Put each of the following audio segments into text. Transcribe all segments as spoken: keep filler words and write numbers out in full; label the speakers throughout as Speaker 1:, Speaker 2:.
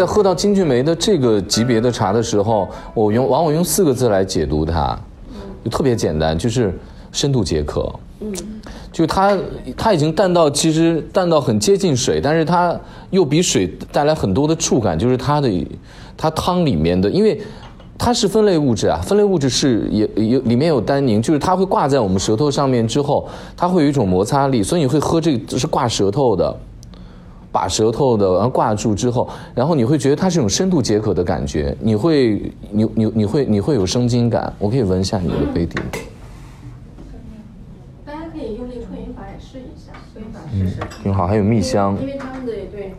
Speaker 1: 在喝到金骏眉的这个级别的茶的时候，我用往往用四个字来解读它，就特别简单，就是深度解渴。嗯，就它它已经淡到其实淡到很接近水，但是它又比水带来很多的触感，就是它的它汤里面的，因为它是分类物质啊，分类物质是也也里面有单宁，就是它会挂在我们舌头上面之后，它会有一种摩擦力，所以你会喝这个是挂舌头的。把舌头的然后挂住之后，然后你会觉得它是一种深度解渴的感觉，你会你你你会你会有生津感。我可以闻一下你的杯底。
Speaker 2: 大家可以用那个纯饮法也试一下，纯饮法试试。
Speaker 1: 嗯，挺好，还有蜜香。
Speaker 2: 因为他们的对。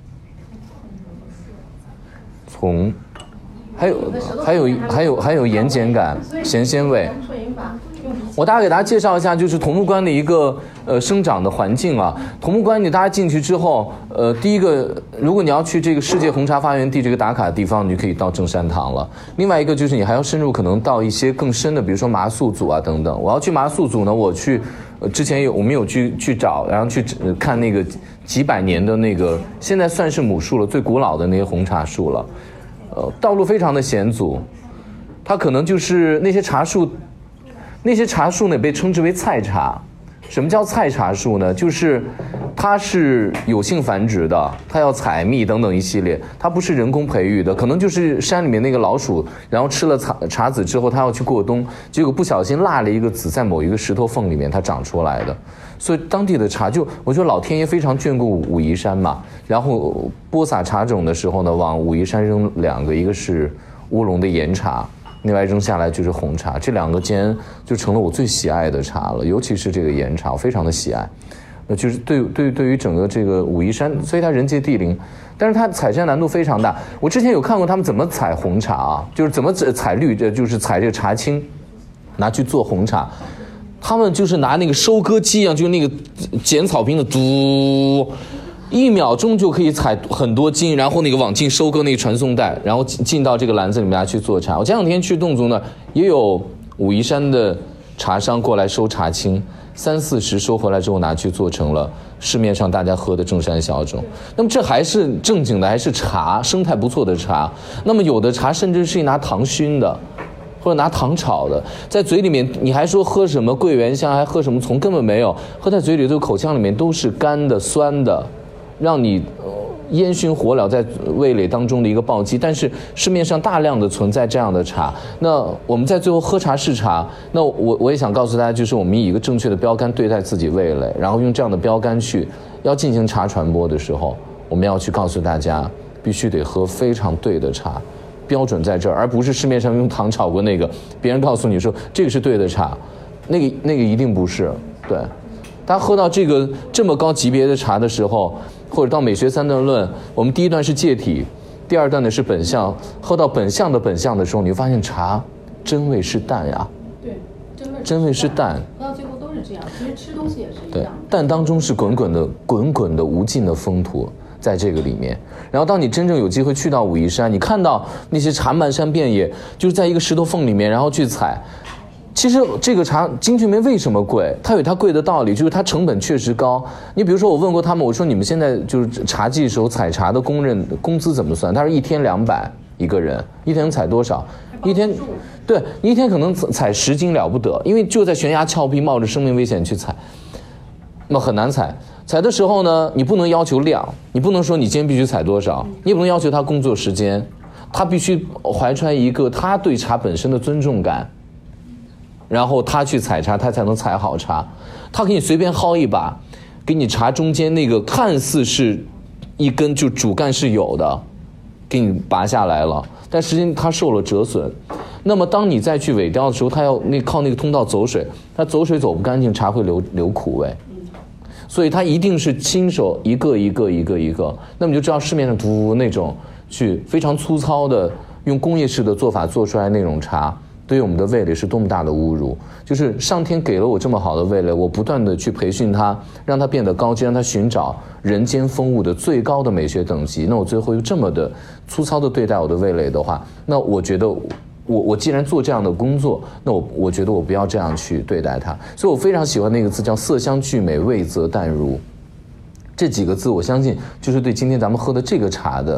Speaker 1: 从，还有还有还有还有盐碱感、咸鲜味。我大概给大家介绍一下，就是桐木关的一个呃生长的环境啊。桐木关，你大家进去之后，呃，第一个，如果你要去这个世界红茶发源地这个打卡的地方，你就可以到正山堂了。另外一个就是你还要深入，可能到一些更深的，比如说麻宿组啊等等。我要去麻宿组呢，我去，呃，之前有我们有去去找，然后去、呃、看那个几百年的那个，现在算是母树了，最古老的那些红茶树了。呃，道路非常的险阻，它可能就是那些茶树。那些茶树呢被称之为菜茶。什么叫菜茶树呢？就是它是有性繁殖的，它要采蜜等等一系列，它不是人工培育的，可能就是山里面那个老鼠，然后吃了茶茶籽之后，它要去过冬，结果不小心落了一个籽在某一个石头缝里面，它长出来的。所以当地的茶就，我觉得老天爷非常眷顾武夷山嘛，然后播撒茶种的时候呢，往武夷山扔两个，一个是乌龙的岩茶。另外扔下来就是红茶，这两个竟然就成了我最喜爱的茶了，尤其是这个岩茶，我非常的喜爱。那就是对对对于整个这个武夷山，所以它人杰地灵，但是它采摘难度非常大。我之前有看过他们怎么采红茶啊，就是怎么采绿，就是采这个茶青，拿去做红茶。他们就是拿那个收割机一样，就是那个剪草坪的嘟。一秒钟就可以采很多斤，然后那个往进收割那个传送带，然后进到这个篮子里面去做茶。我前两天去侗族呢，也有武夷山的茶商过来收茶青，三四十收回来之后拿去做成了市面上大家喝的正山小种。那么这还是正经的，还是茶，生态不错的茶。那么有的茶甚至是拿糖熏的。或者拿糖炒的，在嘴里面你还说喝什么桂圆香，还喝什么葱，根本没有，喝在嘴里这个口腔里面都是干的酸的，让你、呃、烟熏火燎在味蕾当中的一个暴击。但是市面上大量的存在这样的茶，那我们在最后喝茶试茶，那我我也想告诉大家，就是我们以一个正确的标杆对待自己味蕾，然后用这样的标杆去要进行茶传播的时候，我们要去告诉大家必须得喝非常对的茶，标准在这儿，而不是市面上用糖炒过那个，别人告诉你说这个是对的茶，那个那个一定不是。对，大家喝到这个这么高级别的茶的时候，或者到美学三段论，我们第一段是介体，第二段呢是本相，喝到本相的本相的时候，你会发现茶真味是淡呀。
Speaker 2: 对，真味
Speaker 1: 真味是淡，
Speaker 2: 喝到最后都是这样。其实吃东西也是一
Speaker 1: 对
Speaker 2: 样，
Speaker 1: 淡当中是滚滚的滚滚的无尽的风土。在这个里面，然后当你真正有机会去到武夷山，你看到那些茶漫山遍野，就是在一个石头缝里面，然后去采。其实这个茶金骏眉为什么贵？它有它贵的道理，就是它成本确实高。你比如说，我问过他们，我说你们现在就是茶季时候采茶的工人工资怎么算？他说一天两百一个人，一天能采多少？一天，对，一天可能采十斤了不得，因为就在悬崖峭壁，冒着生命危险去采，那么很难采。采的时候呢，你不能要求量，你不能说你今天必须采多少，你也不能要求他工作时间，他必须怀揣一个他对茶本身的尊重感，然后他去采茶，他才能采好茶。他给你随便薅一把，给你茶中间那个看似是一根就主干是有的，给你拔下来了，但实际上它受了折损。那么当你再去尾雕的时候，它要那靠那个通道走水，它走水走不干净，茶会留留苦味。所以它一定是亲手一个一个一个一个，那么你就知道市面上涂那种去非常粗糙的用工业式的做法做出来那种茶，对于我们的味蕾是多么大的侮辱。就是上天给了我这么好的味蕾，我不断的去培训它，让它变得高阶，让它寻找人间风物的最高的美学等级，那我最后又这么的粗糙的对待我的味蕾的话，那我觉得我我既然做这样的工作，那我我觉得我不要这样去对待它。所以我非常喜欢那个字叫色香俱美，味则淡如。这几个字我相信就是对今天咱们喝的这个茶的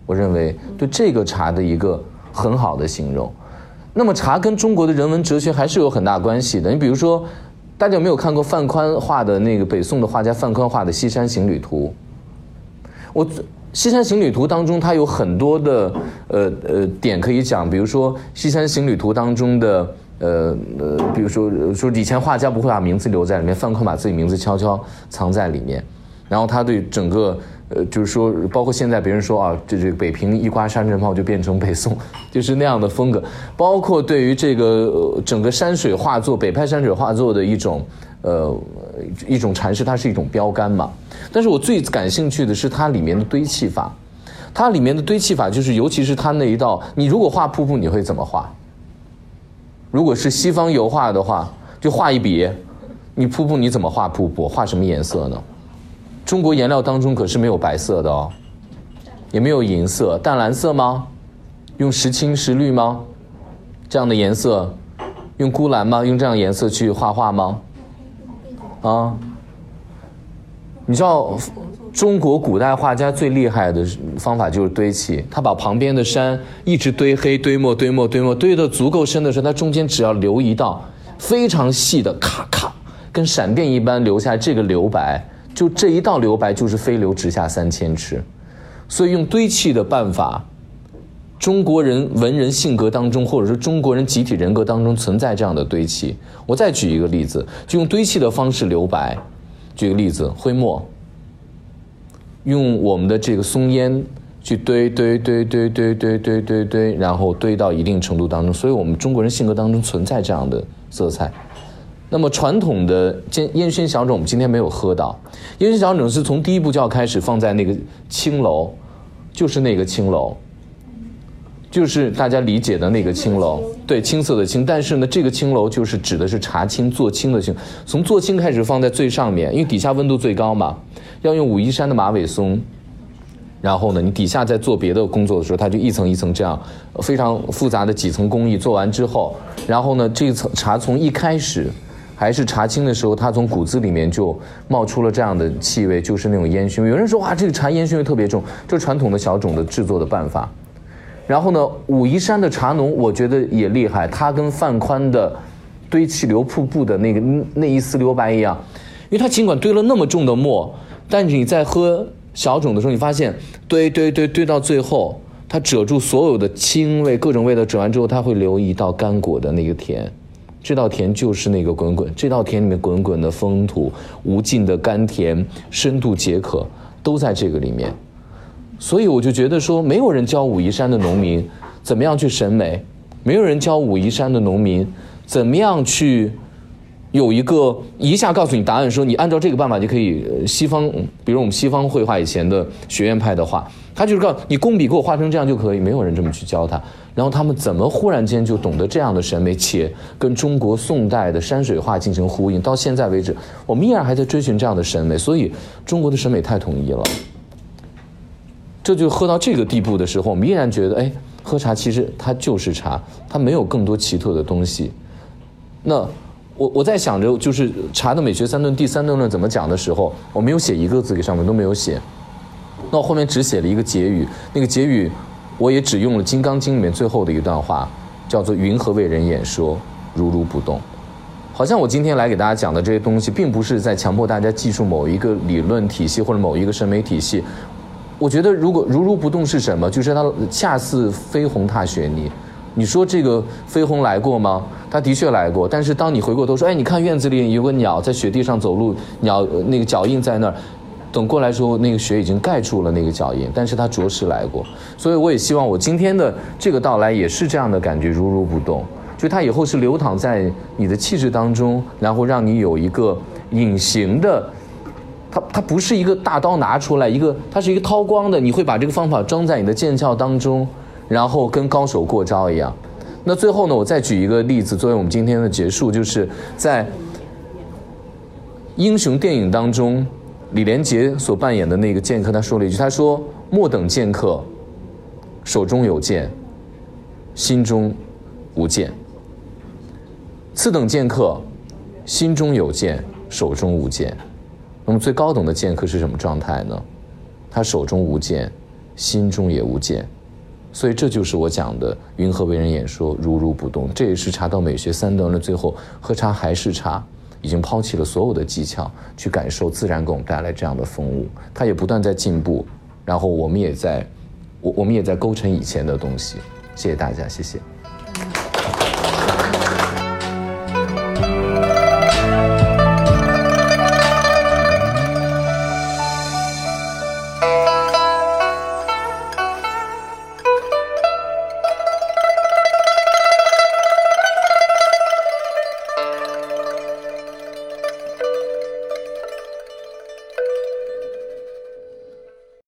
Speaker 1: 我认为对这个茶的一个很好的形容。那么茶跟中国的人文哲学还是有很大关系的。你比如说，大家有没有看过范宽画的那个北宋的画家范宽画的《西山行旅图》？我《西山行旅图》当中，它有很多的呃呃点可以讲，比如说《西山行旅图》当中的呃呃，比如说说以前画家不会把名字留在里面，范宽把自己名字悄悄藏在里面，然后他对整个呃就是说，包括现在别人说啊，这这个北平一刮山尘炮就变成北宋，就是那样的风格，包括对于这个、呃、整个山水画作，北派山水画作的一种。呃，一种阐释，它是一种标杆嘛。但是我最感兴趣的是它里面的堆砌法，它里面的堆砌法就是，尤其是它那一道，你如果画瀑布，你会怎么画？如果是西方油画的话，就画一笔，你瀑布你怎么画瀑布？画什么颜色呢？中国颜料当中可是没有白色的哦，也没有银色，淡蓝色吗？用石青、石绿吗？这样的颜色，用钴蓝吗？用这样的颜色去画画吗？啊，你知道中国古代画家最厉害的方法就是堆砌，他把旁边的山一直堆黑、堆墨、堆墨、堆墨，堆得足够深的时候，他中间只要留一道非常细的咔咔，跟闪电一般留下这个留白，就这一道留白就是飞流直下三千尺。所以用堆砌的办法，中国人文人性格当中，或者是中国人集体人格当中存在这样的堆砌。我再举一个例子，就用堆砌的方式留白。举个例子，徽墨，用我们的这个松烟去堆堆堆堆堆堆堆堆堆，然后堆到一定程度当中，所以我们中国人性格当中存在这样的色彩。那么传统的烟熏小种我们今天没有喝到，烟熏小种是从第一步就要开始放在那个青楼，就是那个青楼，就是大家理解的那个青楼，对，青色的青。但是呢，这个青楼就是指的是茶青做青的青，从做青开始放在最上面，因为底下温度最高嘛，要用武夷山的马尾松。然后呢，你底下在做别的工作的时候，它就一层一层这样非常复杂的几层工艺做完之后，然后呢，这层茶从一开始还是茶青的时候，它从骨子里面就冒出了这样的气味，就是那种烟熏味。有人说哇，这个茶烟熏味特别重，这是传统的小种的制作的办法。然后呢，武夷山的茶农我觉得也厉害，他跟范宽的堆砌流瀑布的那个那一丝留白一样，因为他尽管堆了那么重的墨，但是你在喝小种的时候，你发现堆堆堆堆到最后，它遮住所有的青味，各种味道遮完之后，它会留一道干果的那个甜，这道甜就是那个滚滚，这道甜里面滚滚的风土，无尽的甘甜，深度解渴，都在这个里面。所以我就觉得说，没有人教武夷山的农民怎么样去审美，没有人教武夷山的农民怎么样去有一个一下告诉你答案，说你按照这个办法就可以。西方，比如我们西方绘画以前的学院派的画，他就是告诉你工笔给我画成这样就可以，没有人这么去教他。然后他们怎么忽然间就懂得这样的审美，且跟中国宋代的山水画进行呼应，到现在为止我们依然还在追寻这样的审美。所以中国的审美太统一了，这就喝到这个地步的时候，我们依然觉得哎，喝茶其实它就是茶，它没有更多奇特的东西。那我我在想着，就是茶的美学三论第三段论怎么讲的时候，我没有写一个字给上面，都没有写。那我后面只写了一个结语，那个结语我也只用了《金刚经》里面最后的一段话，叫做“云何为人演说，如如不动”。好像我今天来给大家讲的这些东西，并不是在强迫大家记住某一个理论体系或者某一个审美体系。我觉得如果如如不动是什么，就是它恰似飞鸿踏雪泥。你说这个飞鸿来过吗？它的确来过，但是当你回过头说，哎，你看院子里有个鸟在雪地上走路，鸟那个脚印在那儿，等过来的时候，那个雪已经盖住了那个脚印，但是它着实来过。所以我也希望我今天的这个到来也是这样的感觉，如如不动，就它以后是流淌在你的气质当中，然后让你有一个隐形的。它它不是一个大刀拿出来，一个它是一个掏光的，你会把这个方法装在你的剑鞘当中，然后跟高手过招一样。那最后呢，我再举一个例子作为我们今天的结束，就是在英雄电影当中，李连杰所扮演的那个剑客，他说了一句，他说：“莫等剑客，手中有剑，心中无剑；次等剑客，心中有剑，手中无剑。”那么最高等的剑客是什么状态呢？他手中无剑， 心中也无见。所以这就是我讲的云何为人演说，如如不动。这也是茶道美学三段论最后喝茶还是茶，已经抛弃了所有的技巧，去感受自然给我们带来这样的风物。它也不断在进步，然后我们也在，我我们也在勾陈以前的东西。谢谢大家，谢谢。